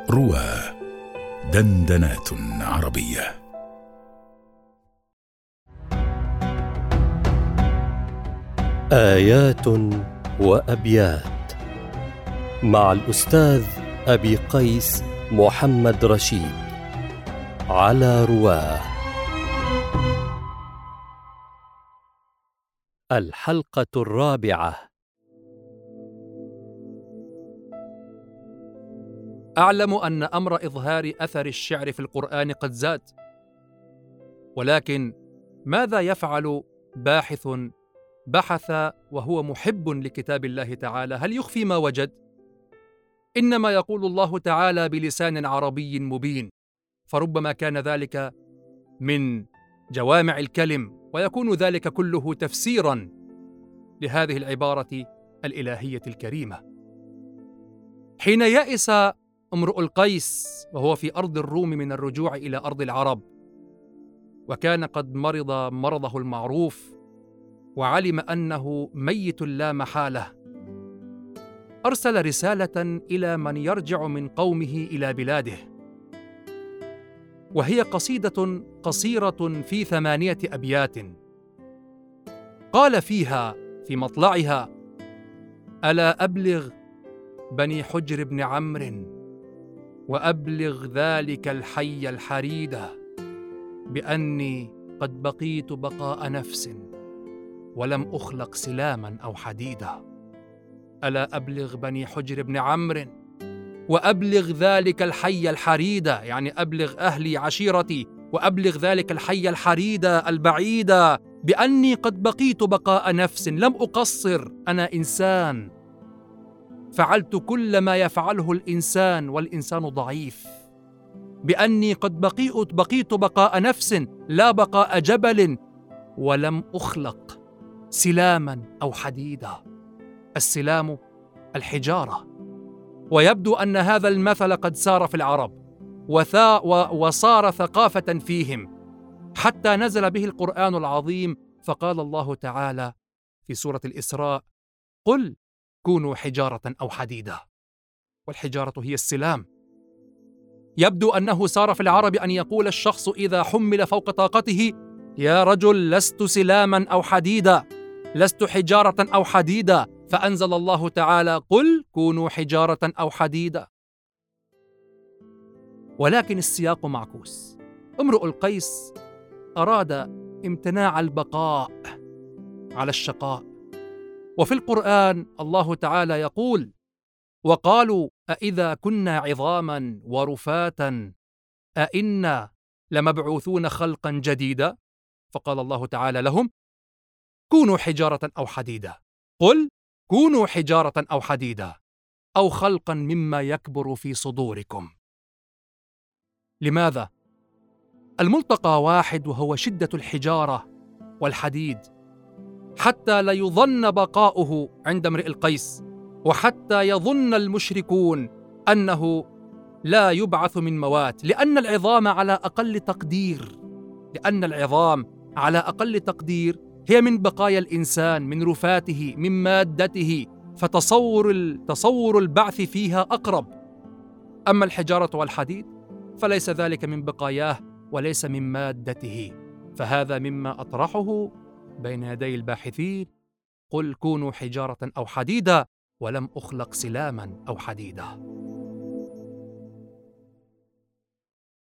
روى دندنات عربية. آيات وأبيات مع الأستاذ أبي قيس محمد رشيد على رواه. الحلقة الرابعة. أعلم أن أمر إظهار أثر الشعر في القرآن قد زاد، ولكن ماذا يفعل باحث بحث وهو محب لكتاب الله تعالى؟ هل يخفي ما وجد؟ إنما يقول الله تعالى بلسان عربي مبين، فربما كان ذلك من جوامع الكلم، ويكون ذلك كله تفسيراً لهذه العبارة الإلهية الكريمة. حين يئس امرؤ القيس وهو في أرض الروم من الرجوع إلى أرض العرب، وكان قد مرض مرضه المعروف وعلم أنه ميت لا محالة، أرسل رسالة إلى من يرجع من قومه إلى بلاده، وهي قصيدة قصيرة في 8 أبيات. قال فيها في مطلعها: ألا أبلغ بني حجر بن عمرو وأبلغ ذلك الحي الحريد بأني قد بقيت بقاء نفس ولم أخلق سلاما أو حديدا. ألا أبلغ بني حجر بن عمرو وأبلغ ذلك الحي الحريد، يعني أبلغ أهلي عشيرتي، وأبلغ ذلك الحي الحريد البعيد بأني قد بقيت بقاء نفس، لم أقصر، أنا إنسان، فعلت كل ما يفعله الإنسان والإنسان ضعيف، بأني قد بقيت بقاء نفس لا بقاء جبل، ولم أخلق سلاما أو حديدا. السلام الحجارة، ويبدو أن هذا المثل قد سار في العرب وصار ثقافة فيهم، حتى نزل به القرآن العظيم، فقال الله تعالى في سورة الإسراء: قل كونوا حجارة أو حديدا. والحجارة هي السلام. يبدو أنه سار في العرب أن يقول الشخص إذا حمل فوق طاقته: يا رجل لست سلاما أو حديدا، لست حجارة أو حديدا، فأنزل الله تعالى: قل كونوا حجارة أو حديدا. ولكن السياق معكوس. امرؤ القيس أراد امتناع البقاء على الشقاء، وفي القرآن الله تعالى يقول: وقالوا أإذا كنا عظاما ورفاتا أإنا لمبعوثون خلقا جديدا، فقال الله تعالى لهم: كونوا حجارة أو حديدا. قل كونوا حجارة أو حديدا أو خلقا مما يكبر في صدوركم. لماذا؟ الملتقى واحد، وهو شدة الحجارة والحديد، حتى لا يظن بقاؤه عند امرئ القيس، وحتى يظن المشركون أنه لا يبعث من موات، لأن العظام على أقل تقدير هي من بقايا الإنسان، من رفاته، من مادته، فتصور البعث فيها أقرب. أما الحجارة والحديد فليس ذلك من بقاياه وليس من مادته، فهذا مما أطرحه بين يدي الباحثين: قل كونوا حجارة أو حديدا ولم أخلق سلاما أو حديدا.